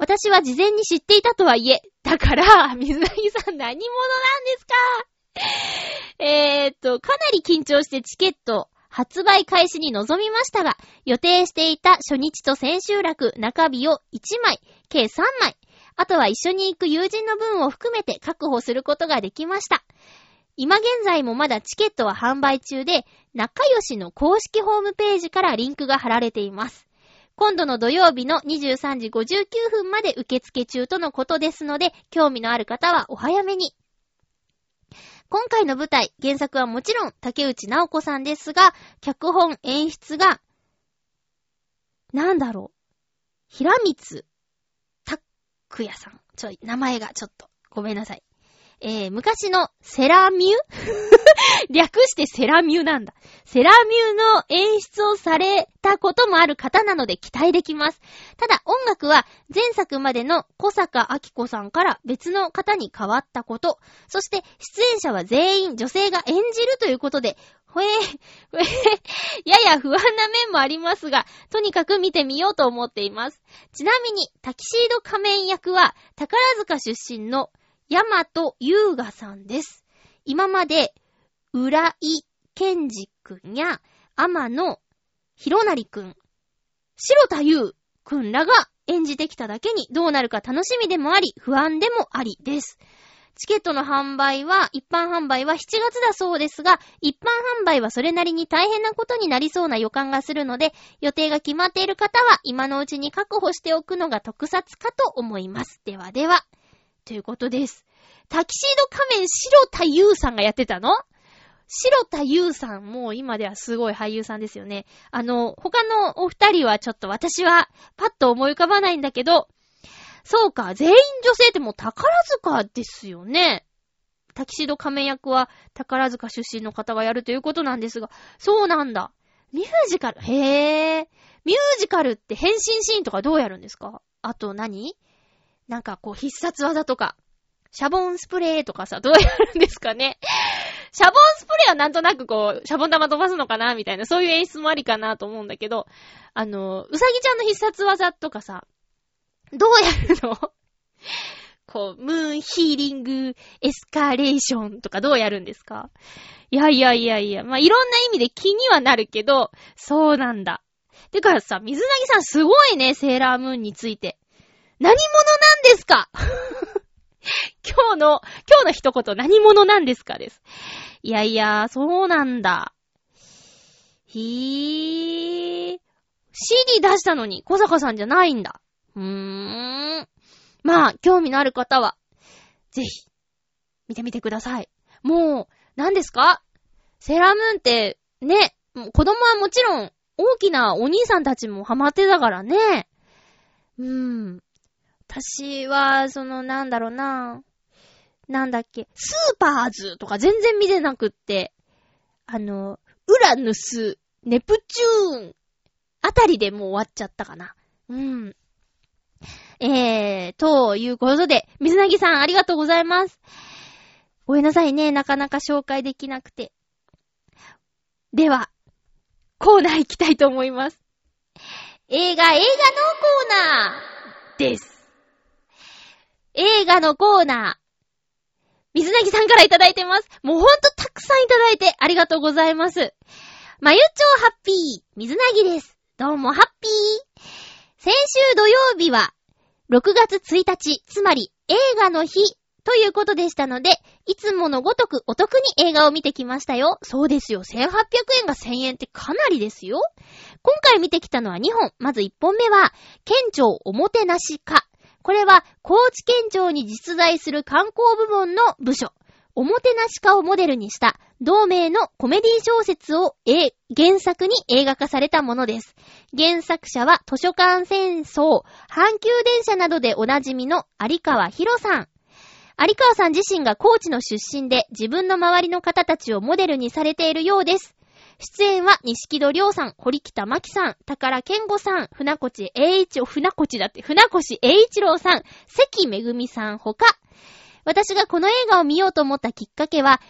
私は事前に知っていたとはいえ、だから、水なぎさん何者なんですか？えーっと、かなり緊張してチケット発売開始に臨みましたが、予定していた初日と千秋楽、中日をいちまい、計さんまい、あとは一緒に行く友人の分を含めて確保することができました。今現在もまだチケットは販売中で、仲良しの公式ホームページからリンクが貼られています。今度の土曜日のにじゅうさんじごじゅうきゅうふんまで受付中とのことですので、興味のある方はお早めに。今回の舞台、原作はもちろん竹内直子さんですが、脚本演出が、なんだろう、平光拓也さん。ちょい、名前がちょっと、ごめんなさい。えー、昔のセラミュ略してセラミュなんだ。セラミュの演出をされたこともある方なので期待できます。ただ音楽は前作までの小坂明子さんから別の方に変わったこと。そして出演者は全員女性が演じるということで、ほえー、ほえー、やや不安な面もありますが、とにかく見てみようと思っています。ちなみにタキシード仮面役は宝塚出身の大和優雅さんです。今まで浦井健二くんや天野博成くん、白田優くんらが演じてきただけにどうなるか楽しみでもあり不安でもありです。チケットの販売は一般販売はしちがつだそうですが、一般販売はそれなりに大変なことになりそうな予感がするので、予定が決まっている方は今のうちに確保しておくのが得策かと思います。ではでは。ということです。タキシード仮面白田優さんがやってたの？白田優さんも今ではすごい俳優さんですよね。あの、他のお二人はちょっと私はパッと思い浮かばないんだけど、そうか、全員女性ってもう宝塚ですよね。タキシード仮面役は宝塚出身の方がやるということなんですが、そうなんだ。ミュージカル、へー。ミュージカルって変身シーンとかどうやるんですか？あと何？なんかこう必殺技とか、シャボンスプレーとかさ、どうやるんですかね。シャボンスプレーはなんとなくこう、シャボン玉飛ばすのかなみたいな、そういう演出もありかなと思うんだけど、あの、うさぎちゃんの必殺技とかさ、どうやるの？こう、ムーンヒーリングエスカレーションとかどうやるんですか？いやいやいやいや、まあ、いろんな意味で気にはなるけど、そうなんだ。てかさ、水なぎさんすごいね、セーラームーンについて。何者なんですか？今日の、今日の一言何者なんですかです。いやいや、そうなんだ。ひー。シーディー 出したのに小坂さんじゃないんだ。うーん。まあ、興味のある方は、ぜひ、見てみてください。もう、何ですか？セーラームーンって、ね、子供はもちろん、大きなお兄さんたちもハマってたからね。うーん。私は、その、なんだろうな。なんだっけ、スーパーズとか全然見てなくって、あの、ウラヌス、ネプチューンあたりでもう終わっちゃったかな。うん。えー、ということで、水なぎさんありがとうございます。ごめんなさいね、なかなか紹介できなくて。では、コーナー行きたいと思います。映画、映画のコーナーです。映画のコーナー。水なぎさんからいただいてます。もうほんとたくさんいただいてありがとうございます。まゆちょハッピー、水なぎです。どうもハッピー。先週土曜日はろくがつついたち、つまり映画の日ということでしたので、いつものごとくお得に映画を見てきましたよ。そうですよ。せんはっぴゃくえんがせんえんってかなりですよ。今回見てきたのはにほん。まずいっぽんめは、県庁おもてなし課。これは、高知県庁に実在する観光部門の部署、おもてなし課をモデルにした、同名のコメディ小説を原作に映画化されたものです。原作者は、図書館戦争、阪急電車などでおなじみの有川博さん。有川さん自身が高知の出身で、自分の周りの方たちをモデルにされているようです。出演は錦戸亮さん、堀北真希さん、宝健吾さん、船越英一郎、船越だって、船越英一郎さん、関めぐみさんほか。私がこの映画を見ようと思ったきっかけは、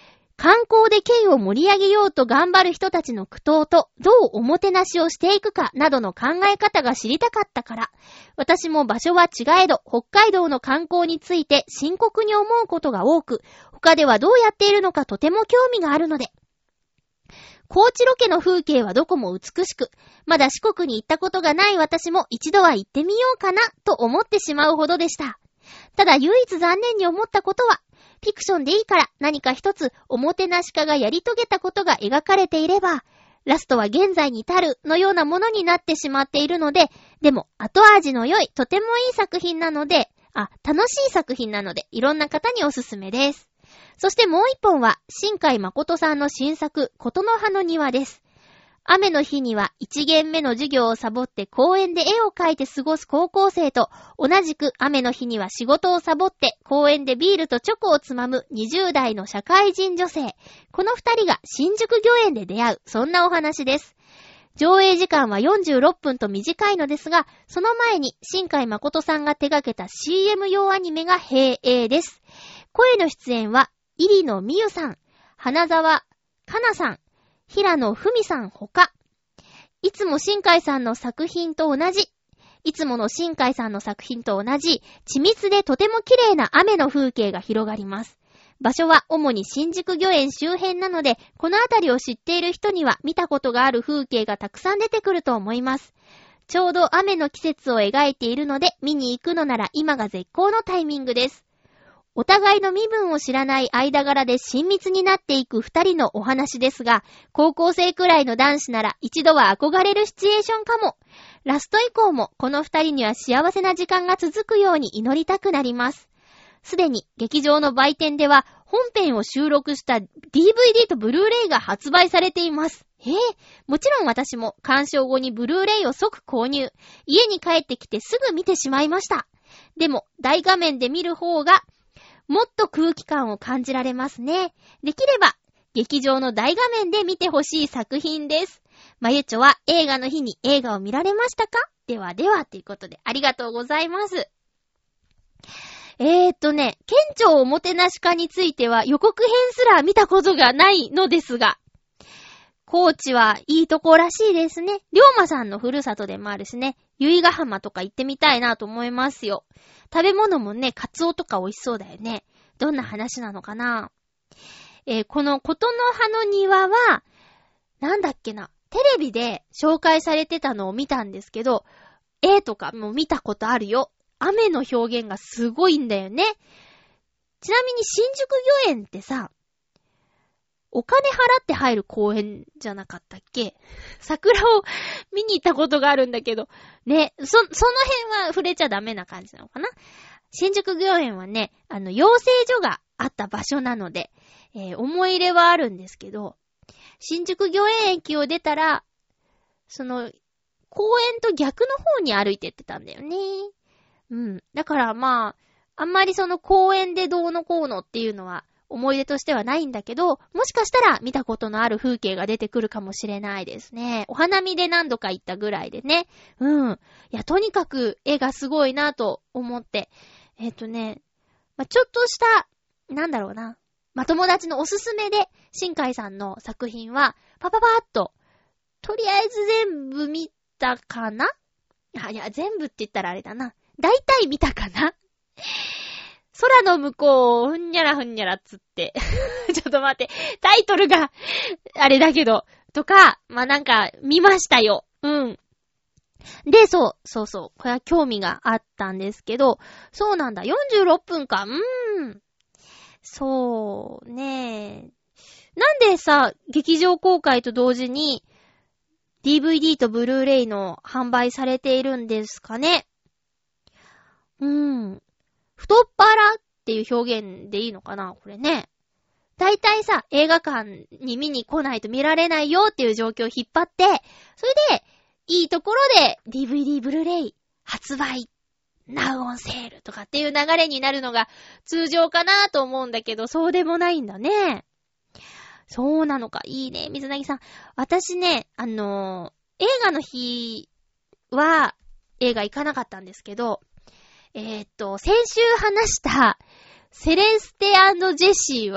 観光で県を盛り上げようと頑張る人たちの苦闘と、どうおもてなしをしていくかなどの考え方が知りたかったから、私も場所は違えど、北海道の観光について深刻に思うことが多く、他ではどうやっているのかとても興味があるので、高知ロケの風景はどこも美しく、まだ四国に行ったことがない私も一度は行ってみようかなと思ってしまうほどでした。ただ唯一残念に思ったことは、フィクションでいいから何か一つおもてなし家がやり遂げたことが描かれていれば、ラストは現在に至るのようなものになってしまっているので、でも後味の良いとてもいい作品なので、あ、楽しい作品なのでいろんな方におすすめです。そしてもう一本は新海誠さんの新作琴の葉の庭です。雨の日には一限目の授業をサボって公園で絵を描いて過ごす高校生と、同じく雨の日には仕事をサボって公園でビールとチョコをつまむにじゅう代の社会人女性。この二人が新宿御苑で出会う、そんなお話です。上映時間はよんじゅうろっぷんと短いのですが、その前に新海誠さんが手掛けた シーエム 用アニメが閉映です。声の出演は入野美優さん、花沢香菜さん、平野文さんほか。いつも新海さんの作品と同じ、いつもの新海さんの作品と同じ、緻密でとても綺麗な雨の風景が広がります。場所は主に新宿御苑周辺なので、この辺りを知っている人には見たことがある風景がたくさん出てくると思います。ちょうど雨の季節を描いているので、見に行くのなら今が絶好のタイミングです。お互いの身分を知らない間柄で親密になっていく二人のお話ですが、高校生くらいの男子なら一度は憧れるシチュエーションかも。ラスト以降もこの二人には幸せな時間が続くように祈りたくなります。すでに劇場の売店では本編を収録した ディーブイディー とブルーレイが発売されています。へえ、もちろん私も鑑賞後にブルーレイを即購入。家に帰ってきてすぐ見てしまいました。でも大画面で見る方がもっと空気感を感じられますね。できれば劇場の大画面で見てほしい作品です。まゆちょは映画の日に映画を見られましたか？ではではということでありがとうございます。えーっとね、県庁おもてなし家については予告編すら見たことがないのですが、高知はいいとこらしいですね。龍馬さんのふるさとでもあるしね、由比ヶ浜とか行ってみたいなと思いますよ。食べ物もね、カツオとか美味しそうだよね。どんな話なのかな。えー、この琴の葉の庭は、なんだっけな、テレビで紹介されてたのを見たんですけど、絵とかも見たことあるよ。雨の表現がすごいんだよね。ちなみに新宿御苑ってさ、お金払って入る公園じゃなかったっけ？桜を見に行ったことがあるんだけど、ね、そ、その辺は触れちゃダメな感じなのかな？新宿御苑はね、あの、養成所があった場所なので、えー、思い入れはあるんですけど、新宿御苑駅を出たら、その、公園と逆の方に歩いてってたんだよね。うん。だからまあ、あんまりその公園でどうのこうのっていうのは思い出としてはないんだけど、もしかしたら見たことのある風景が出てくるかもしれないですね。お花見で何度か行ったぐらいでね。うん。いや、とにかく絵がすごいなと思って。えっとね、まあ、ちょっとした、なんだろうな。まあ、友達のおすすめで、新海さんの作品は、パパパーっと、とりあえず全部見たかな？あ、いや、全部って言ったらあれだな。だいたい見たかな？空の向こうをふんにゃらふんにゃらっつって。ちょっと待って。タイトルが、あれだけど、とか、まあ、なんか、見ましたよ。うん。で、そう、そうそう。これは興味があったんですけど、そうなんだ。よんじゅうろっぷんか。うーん。そうね。なんでさ、劇場公開と同時に ディーブイディー とブルーレイの販売されているんですかね。うーん。太っ腹っていう表現でいいのかなこれね。だいたいさ、映画館に見に来ないと見られないよっていう状況を引っ張って、それで、いいところで ディーブイディー ブルーレイ発売、ナウオンセールとかっていう流れになるのが通常かなと思うんだけど、そうでもないんだね。そうなのか。いいね、水なぎさん。私ね、あのー、映画の日は映画行かなかったんですけど、えー、っと、先週話したセレステ&ジェシーは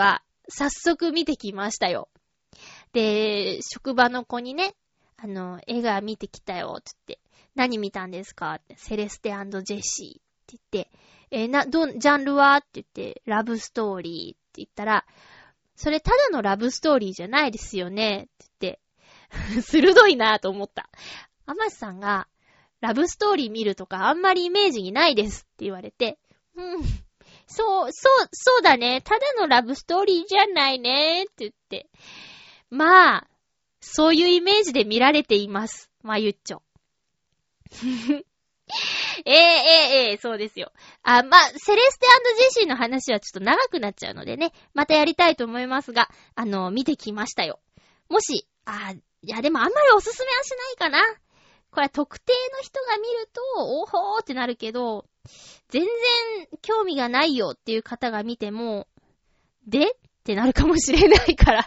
早速見てきましたよ。で、職場の子にね、あの、映画見てきたよ、つって。何見たんですかって、セレステ&ジェシーって言って、えー、な、どん、ジャンルはって言って、ラブストーリーって言ったら、それただのラブストーリーじゃないですよねって言って、鋭いなぁと思った。あましさんが、ラブストーリー見るとかあんまりイメージにないですって言われて、うん、そう、そう、そうだね。ただのラブストーリーじゃないねって言って。まあ、そういうイメージで見られています。まゆっちょ。ええええええそうですよ。あ、まあ、セレステ&ジェシーの話はちょっと長くなっちゃうのでね、またやりたいと思いますが、あの、見てきましたよ。もし、あ、いやでもあんまりおすすめはしないかな。これは特定の人が見ると、おほーってなるけど、全然興味がないよっていう方が見ても、でってなるかもしれないから。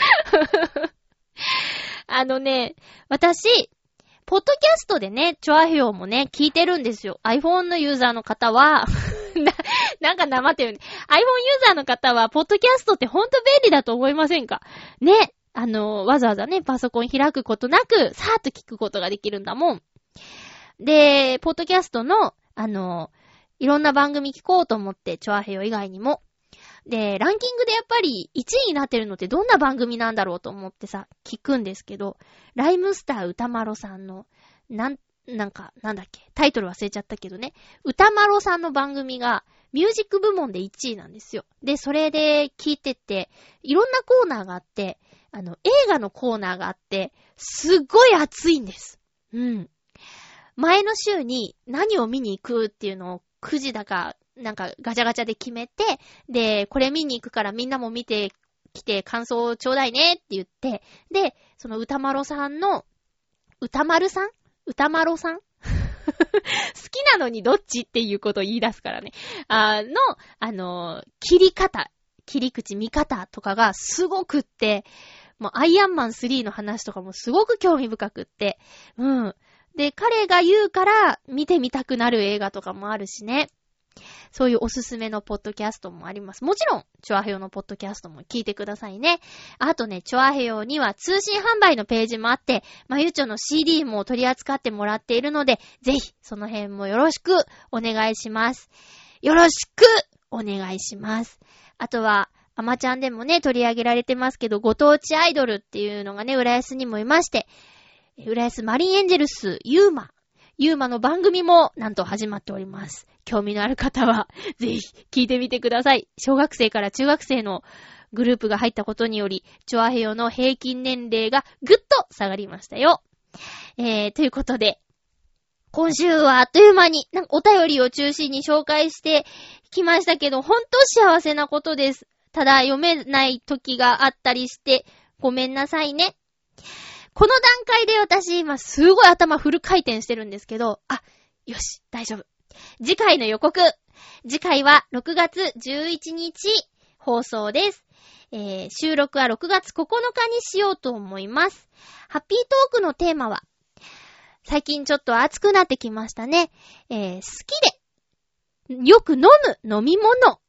あのね、私、ポッドキャストでね、チョアヘオもね、聞いてるんですよ。iPhone のユーザーの方は、な、なんかなまってるね。iPhone ユーザーの方は、ポッドキャストってほんと便利だと思いませんか？ね。あの、わざわざね、パソコン開くことなく、さーっと聞くことができるんだもん。で、ポッドキャストの、あの、いろんな番組聞こうと思って、チョアヘヨ以外にも。で、ランキングでやっぱりいちいになってるのってどんな番組なんだろうと思ってさ、聞くんですけど、ライムスター歌丸さんの、なん、なんか、なんだっけ、タイトル忘れちゃったけどね、歌丸さんの番組がミュージック部門でいちいなんですよ。で、それで聞いてて、いろんなコーナーがあって、あの、映画のコーナーがあって、すっごい熱いんです。うん。前の週に何を見に行くっていうのをくじだか、なんかガチャガチャで決めて、で、これ見に行くからみんなも見てきて感想をちょうだいねって言って、で、その歌丸さんの、歌丸さん歌丸さん好きなのにどっちっていうことを言い出すからね。あの、あの、切り方、切り口、見方とかがすごくって、もうアイアンマンスリーの話とかもすごく興味深くって、うん。で、彼が言うから見てみたくなる映画とかもあるしね。そういうおすすめのポッドキャストもあります。もちろん、チョアヘヨのポッドキャストも聞いてくださいね。あとね、チョアヘヨには通信販売のページもあって、まゆちょの シーディー も取り扱ってもらっているので、ぜひ、その辺もよろしくお願いします。よろしくお願いします。あとは、アマちゃんでもね、取り上げられてますけど、ご当地アイドルっていうのがね、浦安にもいまして、浦安マリンエンジェルス、ユーマ。ユーマの番組もなんと始まっております。興味のある方は、ぜひ聞いてみてください。小学生から中学生のグループが入ったことにより、チョアヘヨの平均年齢がぐっと下がりましたよ。えー、ということで、今週はあっという間に、なんかお便りを中心に紹介してきましたけど、ほんと幸せなことです。ただ読めない時があったりして、ごめんなさいね。この段階で私今すごい頭フル回転してるんですけど、あ、よし、大丈夫。次回の予告。次回はろくがつじゅういちにち放送です。えー、収録はろくがつここのかにしようと思います。ハッピートークのテーマは、最近ちょっと暑くなってきましたね。えー、好きで、よく飲む飲み物。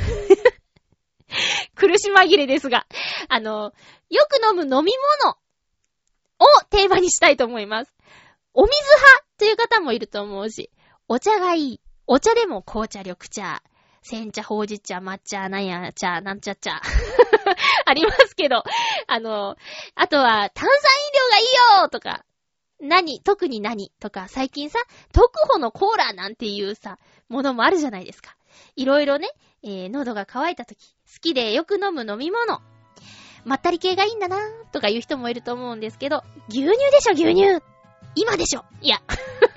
苦し紛れですが、あの、よく飲む飲み物をテーマにしたいと思います。お水派という方もいると思うし、お茶がいい。お茶でも紅茶、緑茶、煎茶、ほうじ茶、抹茶、なんや茶、なんちゃ茶。ありますけど、あの、あとは炭酸飲料がいいよとか、何、特に何とか、最近さ、特保のコーラなんていうさ、ものもあるじゃないですか。いろいろね、えー、喉が渇いた時、好きでよく飲む飲み物。まったり系がいいんだなーとか言う人もいると思うんですけど、牛乳でしょ、牛乳。今でしょ。いや。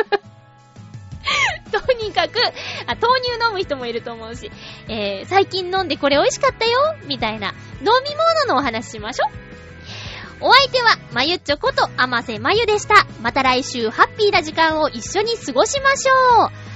とにかくあ、豆乳飲む人もいると思うし、えー、最近飲んでこれ美味しかったよみたいな飲み物のお話しましょう。お相手はまゆっちょことあませまゆでした。また来週ハッピーな時間を一緒に過ごしましょう。